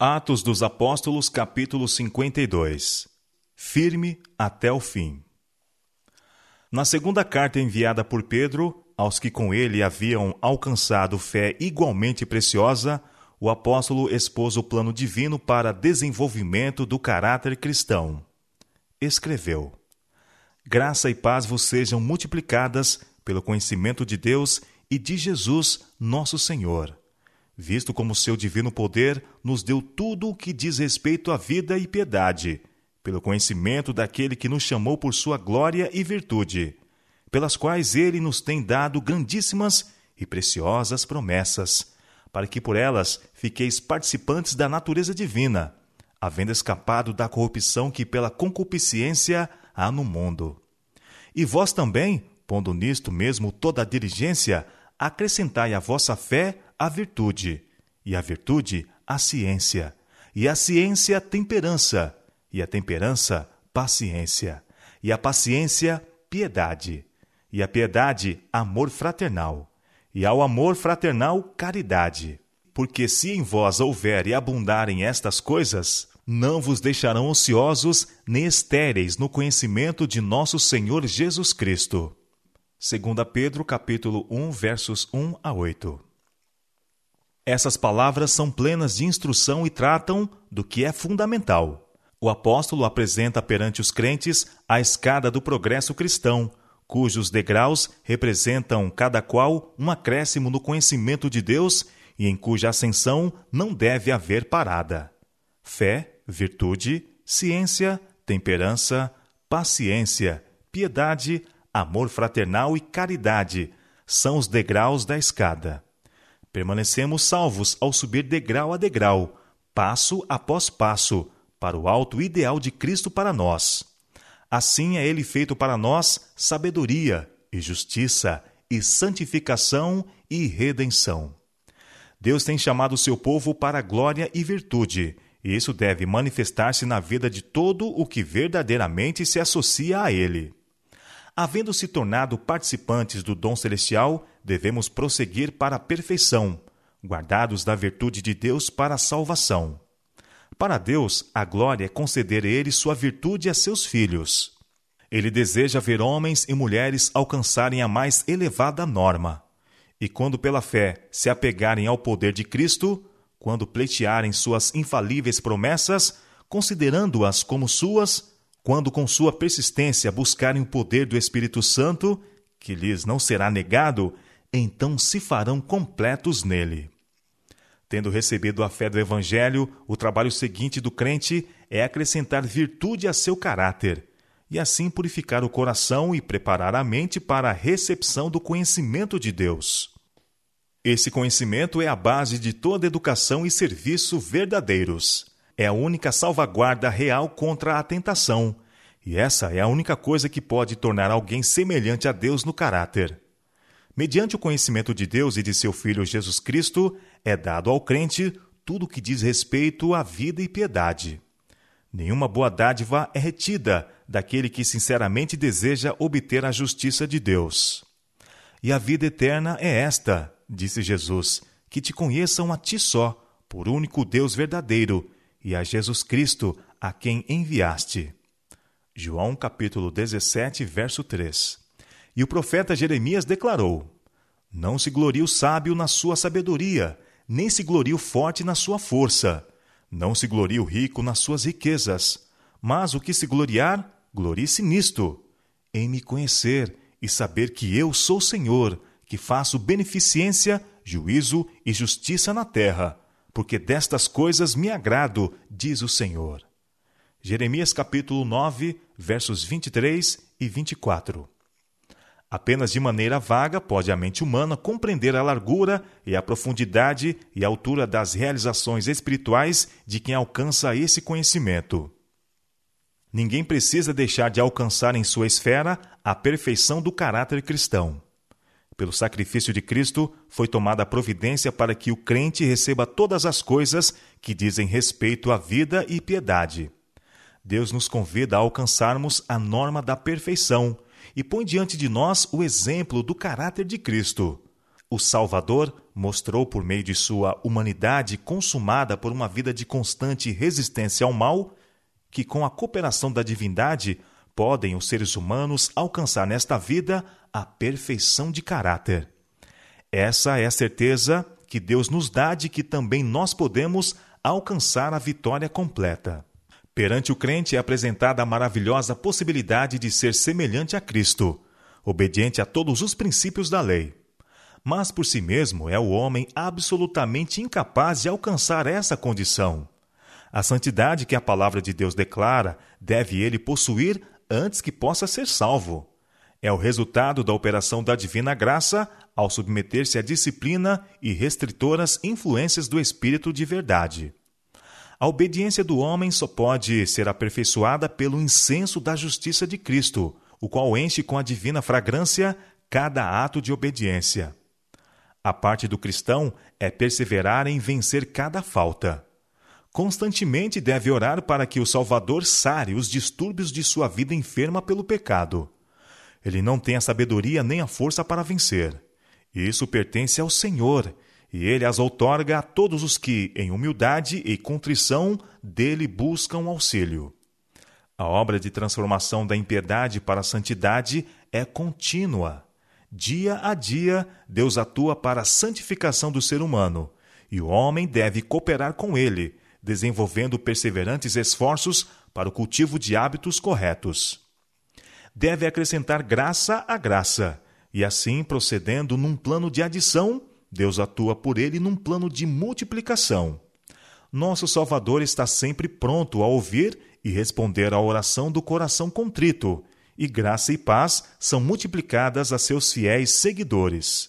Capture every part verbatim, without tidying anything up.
Atos dos Apóstolos, capítulo cinquenta e dois. Firme até o fim. Na segunda carta enviada por Pedro, aos que com ele haviam alcançado fé igualmente preciosa, o apóstolo expôs o plano divino para desenvolvimento do caráter cristão. Escreveu: Graça e paz vos sejam multiplicadas pelo conhecimento de Deus e de Jesus, nosso Senhor, visto como seu divino poder nos deu tudo o que diz respeito à vida e piedade, pelo conhecimento daquele que nos chamou por sua glória e virtude, pelas quais ele nos tem dado grandíssimas e preciosas promessas, para que por elas fiqueis participantes da natureza divina, havendo escapado da corrupção que pela concupiscência há no mundo. E vós também, pondo nisto mesmo toda a diligência, acrescentai à vossa fé a virtude, e a virtude a ciência, e a ciência temperança, e a temperança paciência, e a paciência piedade, e a piedade amor fraternal, e ao amor fraternal caridade. Porque se em vós houver e abundarem estas coisas, não vos deixarão ociosos nem estéreis no conhecimento de nosso Senhor Jesus Cristo. Segunda Pedro, capítulo um, versos um a oito. Essas palavras são plenas de instrução e tratam do que é fundamental. O apóstolo apresenta perante os crentes a escada do progresso cristão, cujos degraus representam cada qual um acréscimo no conhecimento de Deus e em cuja ascensão não deve haver parada. Fé, virtude, ciência, temperança, paciência, piedade, amor fraternal e caridade são os degraus da escada. Permanecemos salvos ao subir degrau a degrau, passo após passo, para o alto ideal de Cristo para nós. Assim é ele feito para nós sabedoria e justiça e santificação e redenção. Deus tem chamado o seu povo para glória e virtude, e isso deve manifestar-se na vida de todo o que verdadeiramente se associa a ele. Havendo se tornado participantes do dom celestial, devemos prosseguir para a perfeição, guardados da virtude de Deus para a salvação. Para Deus, a glória é conceder a ele sua virtude a seus filhos. Ele deseja ver homens e mulheres alcançarem a mais elevada norma. E quando pela fé se apegarem ao poder de Cristo, quando pleitearem suas infalíveis promessas, considerando-as como suas, quando com sua persistência buscarem o poder do Espírito Santo, que lhes não será negado, então se farão completos nele. Tendo recebido a fé do Evangelho, o trabalho seguinte do crente é acrescentar virtude a seu caráter, e assim purificar o coração e preparar a mente para a recepção do conhecimento de Deus. Esse conhecimento é a base de toda educação e serviço verdadeiros. É a única salvaguarda real contra a tentação, e essa é a única coisa que pode tornar alguém semelhante a Deus no caráter. Mediante o conhecimento de Deus e de seu Filho Jesus Cristo, é dado ao crente tudo o que diz respeito à vida e piedade. Nenhuma boa dádiva é retida daquele que sinceramente deseja obter a justiça de Deus. E a vida eterna é esta, disse Jesus, que te conheçam a ti só, por único Deus verdadeiro, e a Jesus Cristo, a quem enviaste. João capítulo dezessete, verso três. E o profeta Jeremias declarou: Não se glorie o sábio na sua sabedoria, nem se glorie o forte na sua força. Não se glorie o rico nas suas riquezas. Mas o que se gloriar, glorie-se nisto, em me conhecer e saber que eu sou o Senhor, que faço beneficência, juízo e justiça na terra, porque destas coisas me agrado, diz o Senhor. Jeremias capítulo nove, versos vinte e três e vinte e quatro. Apenas de maneira vaga pode a mente humana compreender a largura e a profundidade e a altura das realizações espirituais de quem alcança esse conhecimento. Ninguém precisa deixar de alcançar em sua esfera a perfeição do caráter cristão. Pelo sacrifício de Cristo, foi tomada a providência para que o crente receba todas as coisas que dizem respeito à vida e piedade. Deus nos convida a alcançarmos a norma da perfeição e põe diante de nós o exemplo do caráter de Cristo. o Salvador mostrou por meio de sua humanidade consumada por uma vida de constante resistência ao mal, que com a cooperação da divindade podem os seres humanos alcançar nesta vida a perfeição de caráter. Essa é a certeza que Deus nos dá de que também nós podemos alcançar a vitória completa. Perante o crente é apresentada a maravilhosa possibilidade de ser semelhante a Cristo, obediente a todos os princípios da lei. Mas por si mesmo é o homem absolutamente incapaz de alcançar essa condição. A santidade que a palavra de Deus declara deve ele possuir antes que possa ser salvo. É o resultado da operação da divina graça ao submeter-se à disciplina e restritoras influências do Espírito de verdade. A obediência do homem só pode ser aperfeiçoada pelo incenso da justiça de Cristo, o qual enche com a divina fragrância cada ato de obediência. A parte do cristão é perseverar em vencer cada falta. Constantemente deve orar para que o Salvador sare os distúrbios de sua vida enferma pelo pecado. Ele não tem a sabedoria nem a força para vencer. Isso pertence ao Senhor, e Ele as outorga a todos os que, em humildade e contrição, dele buscam auxílio. A obra de transformação da impiedade para a santidade é contínua. Dia a dia, Deus atua para a santificação do ser humano, e o homem deve cooperar com ele, desenvolvendo perseverantes esforços para o cultivo de hábitos corretos. Deve acrescentar graça a graça, e assim, procedendo num plano de adição, Deus atua por ele num plano de multiplicação. Nosso Salvador está sempre pronto a ouvir e responder à oração do coração contrito, e graça e paz são multiplicadas a seus fiéis seguidores.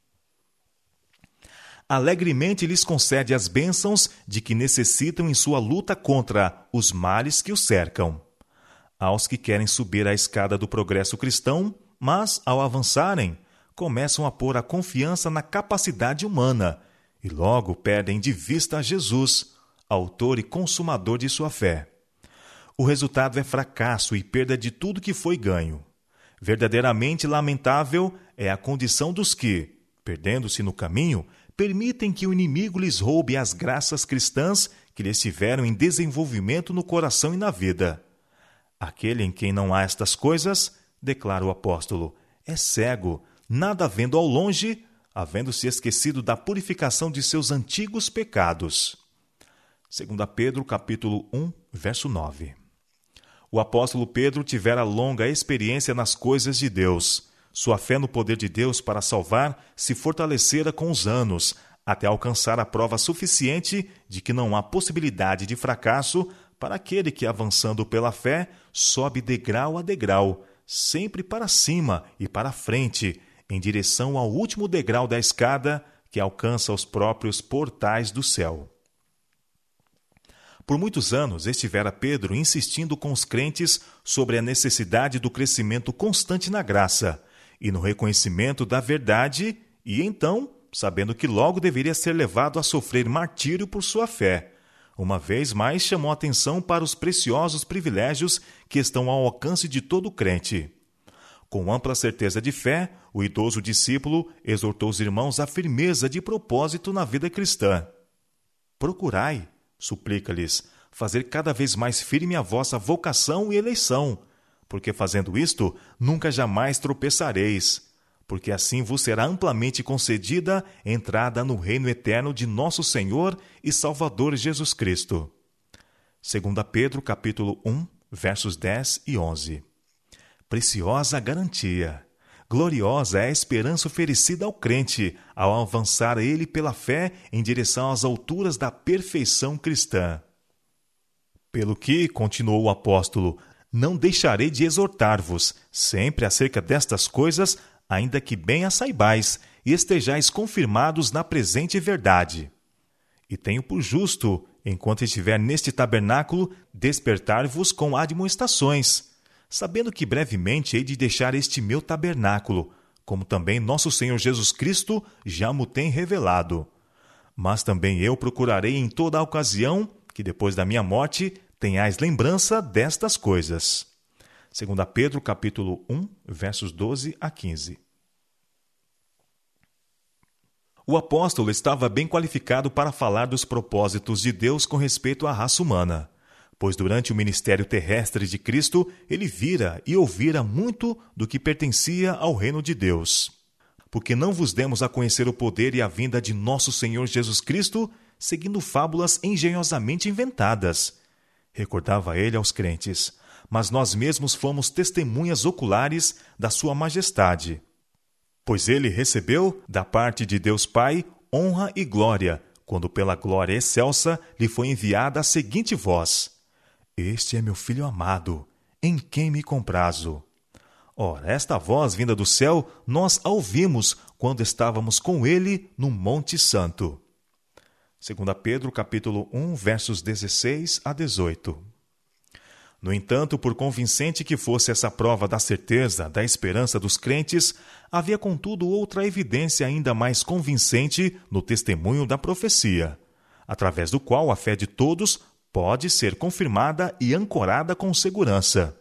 Alegremente lhes concede as bênçãos de que necessitam em sua luta contra os males que o cercam. Aos que querem subir a escada do progresso cristão, mas, ao avançarem, começam a pôr a confiança na capacidade humana e logo perdem de vista Jesus, autor e consumador de sua fé. O resultado é fracasso e perda de tudo que foi ganho. Verdadeiramente lamentável é a condição dos que, perdendo-se no caminho, permitem que o inimigo lhes roube as graças cristãs que lhes tiveram em desenvolvimento no coração e na vida. Aquele em quem não há estas coisas, declara o apóstolo, é cego, nada vendo ao longe, havendo-se esquecido da purificação de seus antigos pecados. Segunda Pedro, capítulo um, verso nove. O apóstolo Pedro tivera longa experiência nas coisas de Deus. Sua fé no poder de Deus para salvar se fortalecera com os anos, até alcançar a prova suficiente de que não há possibilidade de fracasso para aquele que, avançando pela fé, sobe degrau a degrau, sempre para cima e para frente, em direção ao último degrau da escada que alcança os próprios portais do céu. Por muitos anos estivera Pedro insistindo com os crentes sobre a necessidade do crescimento constante na graça e no reconhecimento da verdade, e então, sabendo que logo deveria ser levado a sofrer martírio por sua fé, uma vez mais chamou atenção para os preciosos privilégios que estão ao alcance de todo crente. Com ampla certeza de fé, o idoso discípulo exortou os irmãos à firmeza de propósito na vida cristã. Procurai, suplica-lhes, fazer cada vez mais firme a vossa vocação e eleição, porque fazendo isto, nunca jamais tropeçareis, porque assim vos será amplamente concedida entrada no reino eterno de nosso Senhor e Salvador Jesus Cristo. Segunda Pedro, capítulo um, versos dez e onze. Preciosa garantia! Gloriosa é a esperança oferecida ao crente, ao avançar ele pela fé em direção às alturas da perfeição cristã. Pelo que, continuou o apóstolo, não deixarei de exortar-vos, sempre acerca destas coisas, ainda que bem as saibais, e estejais confirmados na presente verdade. E tenho por justo, enquanto estiver neste tabernáculo, despertar-vos com admoestações, sabendo que brevemente hei de deixar este meu tabernáculo, como também nosso Senhor Jesus Cristo já mo tem revelado. Mas também eu procurarei em toda a ocasião que, depois da minha morte, tenhais lembrança destas coisas. Segunda Pedro, capítulo um, versos doze a quinze. O apóstolo estava bem qualificado para falar dos propósitos de Deus com respeito à raça humana, pois durante o ministério terrestre de Cristo, ele vira e ouvira muito do que pertencia ao reino de Deus. Porque não vos demos a conhecer o poder e a vinda de nosso Senhor Jesus Cristo, seguindo fábulas engenhosamente inventadas. Recordava ele aos crentes, mas nós mesmos fomos testemunhas oculares da sua majestade. Pois ele recebeu, da parte de Deus Pai, honra e glória, quando pela glória excelsa lhe foi enviada a seguinte voz: Este é meu Filho amado, em quem me comprazo. Ora, esta voz vinda do céu, nós a ouvimos quando estávamos com ele no Monte Santo. Segunda Pedro, capítulo um, versos dezesseis a dezoito. No entanto, por convincente que fosse essa prova da certeza, da esperança dos crentes, havia contudo outra evidência ainda mais convincente no testemunho da profecia, através do qual a fé de todos pode ser confirmada e ancorada com segurança.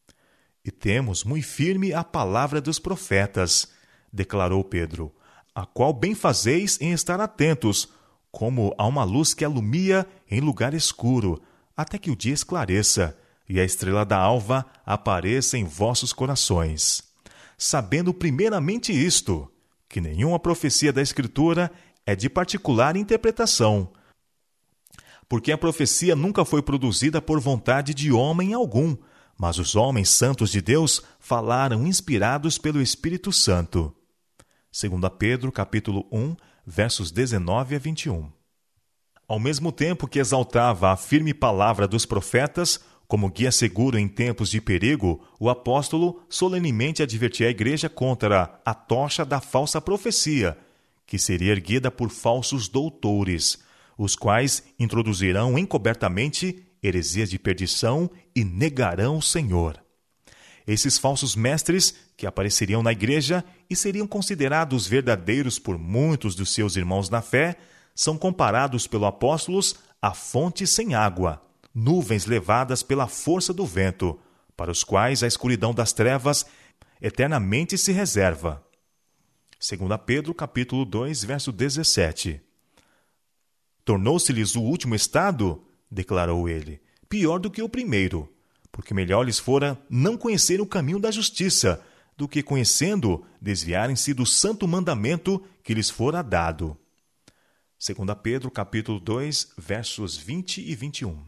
E temos muito firme a palavra dos profetas, declarou Pedro, a qual bem fazeis em estar atentos, como a uma luz que alumia em lugar escuro, até que o dia esclareça, e a estrela da alva apareça em vossos corações. Sabendo primeiramente isto, que nenhuma profecia da Escritura é de particular interpretação, porque a profecia nunca foi produzida por vontade de homem algum, mas os homens santos de Deus falaram inspirados pelo Espírito Santo. Segunda Pedro, capítulo um, versos dezenove a vinte e um. Ao mesmo tempo que exaltava a firme palavra dos profetas, como guia seguro em tempos de perigo, o apóstolo solenemente advertia a igreja contra a tocha da falsa profecia, que seria erguida por falsos doutores, os quais introduzirão encobertamente heresias de perdição e negarão o Senhor. Esses falsos mestres, que apareceriam na igreja e seriam considerados verdadeiros por muitos dos seus irmãos na fé, são comparados pelo apóstolo a fontes sem água, nuvens levadas pela força do vento, para os quais a escuridão das trevas eternamente se reserva. Segunda Pedro, capítulo dois, verso dezessete. Tornou-se-lhes o último estado, declarou ele, pior do que o primeiro, porque melhor lhes fora não conhecer o caminho da justiça, do que conhecendo, desviarem-se do santo mandamento que lhes fora dado. Segunda Pedro, capítulo dois, versos vinte e vinte e um.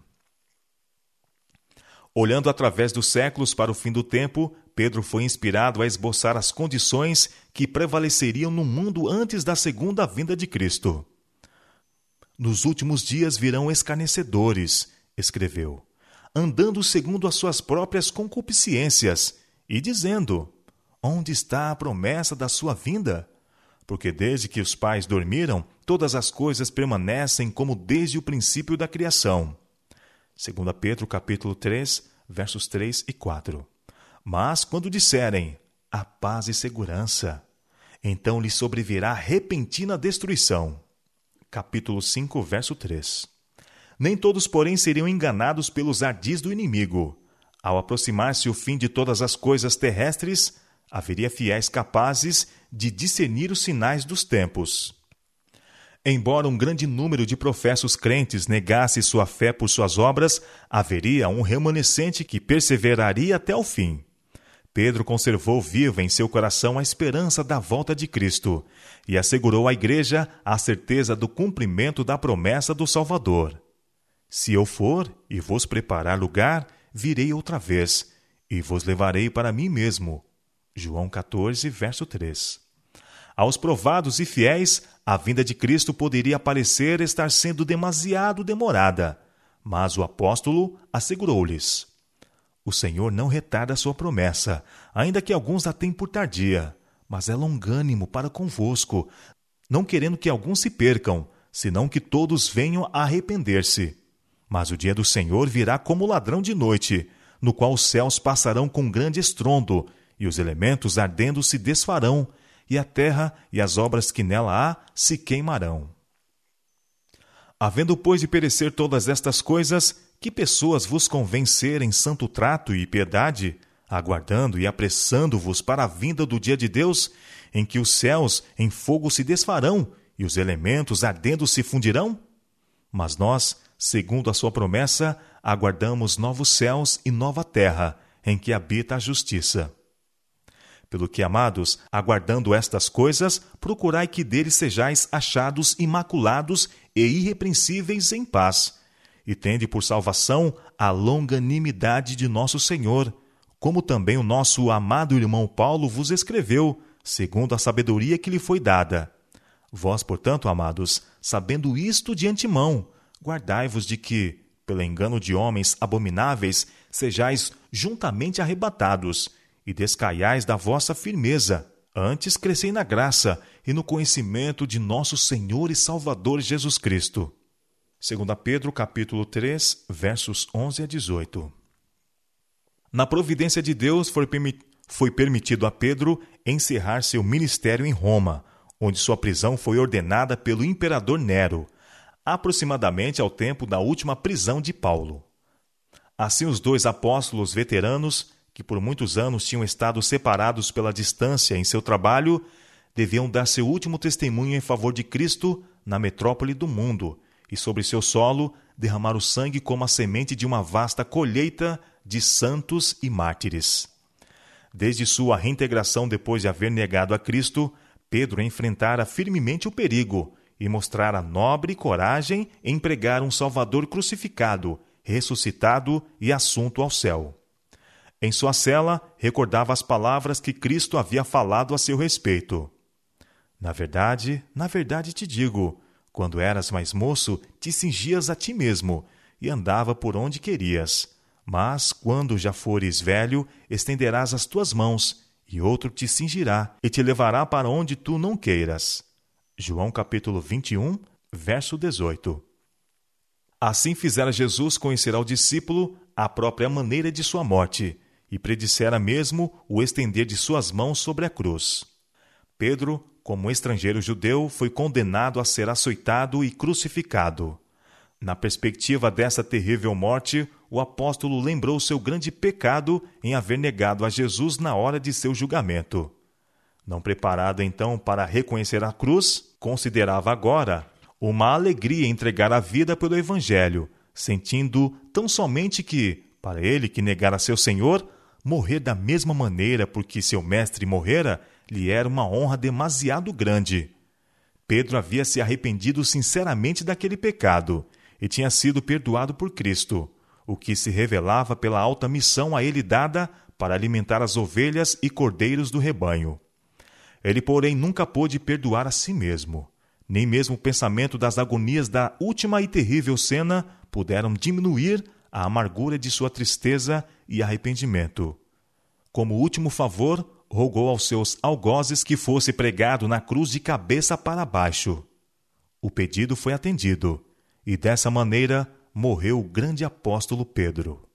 Olhando através dos séculos para o fim do tempo, Pedro foi inspirado a esboçar as condições que prevaleceriam no mundo antes da segunda vinda de Cristo. Nos últimos dias virão escarnecedores, escreveu, andando segundo as suas próprias concupiscências, e dizendo, onde está a promessa da sua vinda? Porque desde que os pais dormiram, todas as coisas permanecem como desde o princípio da criação. Segunda Pedro, capítulo três, versos três e quatro. Mas quando disserem, a paz e segurança, então lhes sobrevirá repentina destruição. Capítulo cinco, verso três. Nem todos, porém, seriam enganados pelos ardis do inimigo. Ao aproximar-se o fim de todas as coisas terrestres, haveria fiéis capazes de discernir os sinais dos tempos. Embora um grande número de professos crentes negasse sua fé por suas obras, haveria um remanescente que perseveraria até o fim. Pedro conservou viva em seu coração a esperança da volta de Cristo e assegurou à igreja a certeza do cumprimento da promessa do Salvador. Se eu for e vos preparar lugar, virei outra vez e vos levarei para mim mesmo. João catorze, verso três. Aos provados e fiéis, a vinda de Cristo poderia parecer estar sendo demasiado demorada, mas o apóstolo assegurou-lhes: o Senhor não retarda a sua promessa, ainda que alguns a tenham por tardia, mas é longânimo para convosco, não querendo que alguns se percam, senão que todos venham a arrepender-se. Mas o dia do Senhor virá como ladrão de noite, no qual os céus passarão com grande estrondo, e os elementos ardendo se desfarão, e a terra e as obras que nela há se queimarão. Havendo, pois, de perecer todas estas coisas, que pessoas vos convém ser em santo trato e piedade, aguardando e apressando-vos para a vinda do dia de Deus, em que os céus em fogo se desfarão, e os elementos ardendo se fundirão? Mas nós, segundo a sua promessa, aguardamos novos céus e nova terra, em que habita a justiça. Pelo que, amados, aguardando estas coisas, procurai que deles sejais achados imaculados e irrepreensíveis em paz, e tende por salvação a longanimidade de nosso Senhor, como também o nosso amado irmão Paulo vos escreveu, segundo a sabedoria que lhe foi dada. Vós, portanto, amados, sabendo isto de antemão, guardai-vos de que, pelo engano de homens abomináveis, sejais juntamente arrebatados, e descaiais da vossa firmeza. Antes crescei na graça e no conhecimento de nosso Senhor e Salvador Jesus Cristo. Segunda Pedro, capítulo três, versos onze a dezoito. Na providência de Deus foi, permi- foi permitido a Pedro encerrar seu ministério em Roma, onde sua prisão foi ordenada pelo imperador Nero, aproximadamente ao tempo da última prisão de Paulo. Assim, os dois apóstolos veteranos, que por muitos anos tinham estado separados pela distância em seu trabalho, deviam dar seu último testemunho em favor de Cristo na metrópole do mundo, e sobre seu solo derramar o sangue como a semente de uma vasta colheita de santos e mártires. Desde sua reintegração depois de haver negado a Cristo, Pedro enfrentara firmemente o perigo e mostrara nobre coragem em pregar um Salvador crucificado, ressuscitado e assunto ao céu. Em sua cela, recordava as palavras que Cristo havia falado a seu respeito. Na verdade, na verdade te digo, quando eras mais moço, te cingias a ti mesmo e andava por onde querias. Mas, quando já fores velho, estenderás as tuas mãos, e outro te cingirá e te levará para onde tu não queiras. João capítulo vinte e um, verso dezoito. Assim fizera Jesus conhecer ao discípulo a própria maneira de sua morte, e predissera mesmo o estender de suas mãos sobre a cruz. Pedro, como estrangeiro judeu, foi condenado a ser açoitado e crucificado. Na perspectiva dessa terrível morte, o apóstolo lembrou seu grande pecado em haver negado a Jesus na hora de seu julgamento. Não preparado então para reconhecer a cruz, considerava agora uma alegria entregar a vida pelo Evangelho, sentindo tão somente que, para ele que negara seu Senhor, morrer da mesma maneira porque seu mestre morrera, lhe era uma honra demasiado grande. Pedro havia se arrependido sinceramente daquele pecado e tinha sido perdoado por Cristo, o que se revelava pela alta missão a ele dada para alimentar as ovelhas e cordeiros do rebanho. Ele, porém, nunca pôde perdoar a si mesmo. Nem mesmo o pensamento das agonias da última e terrível cena puderam diminuir a amargura de sua tristeza e arrependimento. Como último favor, rogou aos seus algozes que fosse pregado na cruz de cabeça para baixo. O pedido foi atendido, e dessa maneira morreu o grande apóstolo Pedro.